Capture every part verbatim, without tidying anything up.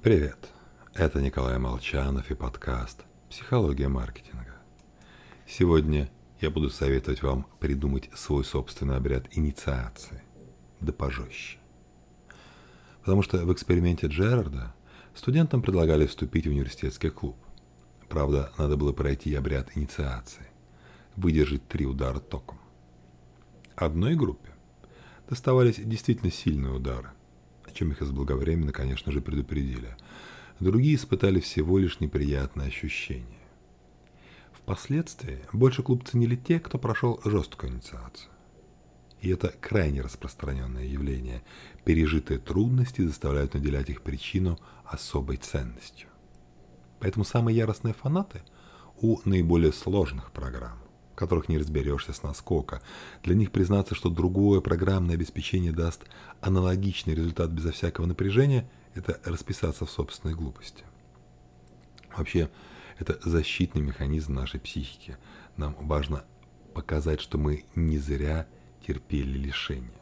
Привет, это Николай Молчанов и подкаст «Психология маркетинга». Сегодня я буду советовать вам придумать свой собственный обряд инициации, да пожестче. Потому что в эксперименте Джерарда студентам предлагали вступить в университетский клуб. Правда, надо было пройти обряд инициации, выдержать три удара током. Одной группе доставались действительно сильные удары, о чем их заблаговременно, конечно же, предупредили. Другие испытали всего лишь неприятные ощущения. Впоследствии больше клуб ценили те, кто прошел жесткую инициацию. И это крайне распространенное явление. Пережитые трудности заставляют наделять их причину особой ценностью. Поэтому самые яростные фанаты у наиболее сложных программ, в которых не разберешься с наскока. Для них признаться, что другое программное обеспечение даст аналогичный результат безо всякого напряжения, это расписаться в собственной глупости. Вообще, это защитный механизм нашей психики. Нам важно показать, что мы не зря терпели лишения.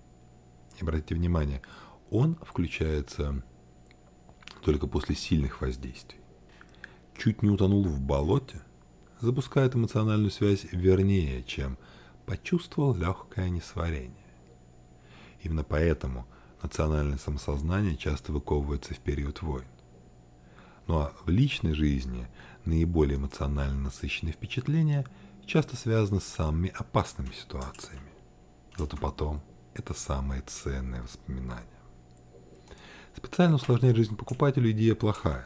И обратите внимание, он включается только после сильных воздействий. Чуть не утонул в болоте, запускает эмоциональную связь вернее, чем почувствовал легкое несварение. Именно поэтому национальное самосознание часто выковывается в период войн. Ну а в личной жизни наиболее эмоционально насыщенные впечатления часто связаны с самыми опасными ситуациями. Зато потом это самые ценные воспоминания. Специально усложнять жизнь покупателю идея плохая.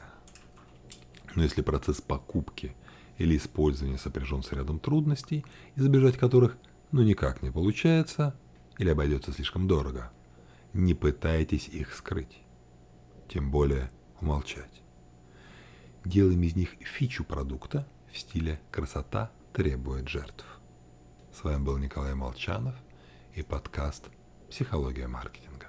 Но если процесс покупки или использования сопряжен с рядом трудностей, избежать которых ну никак не получается или обойдется слишком дорого, не пытайтесь их скрыть, тем более умолчать. Делаем из них фичу продукта в стиле «красота требует жертв». С вами был Николай Молчанов и подкаст «Психология маркетинга».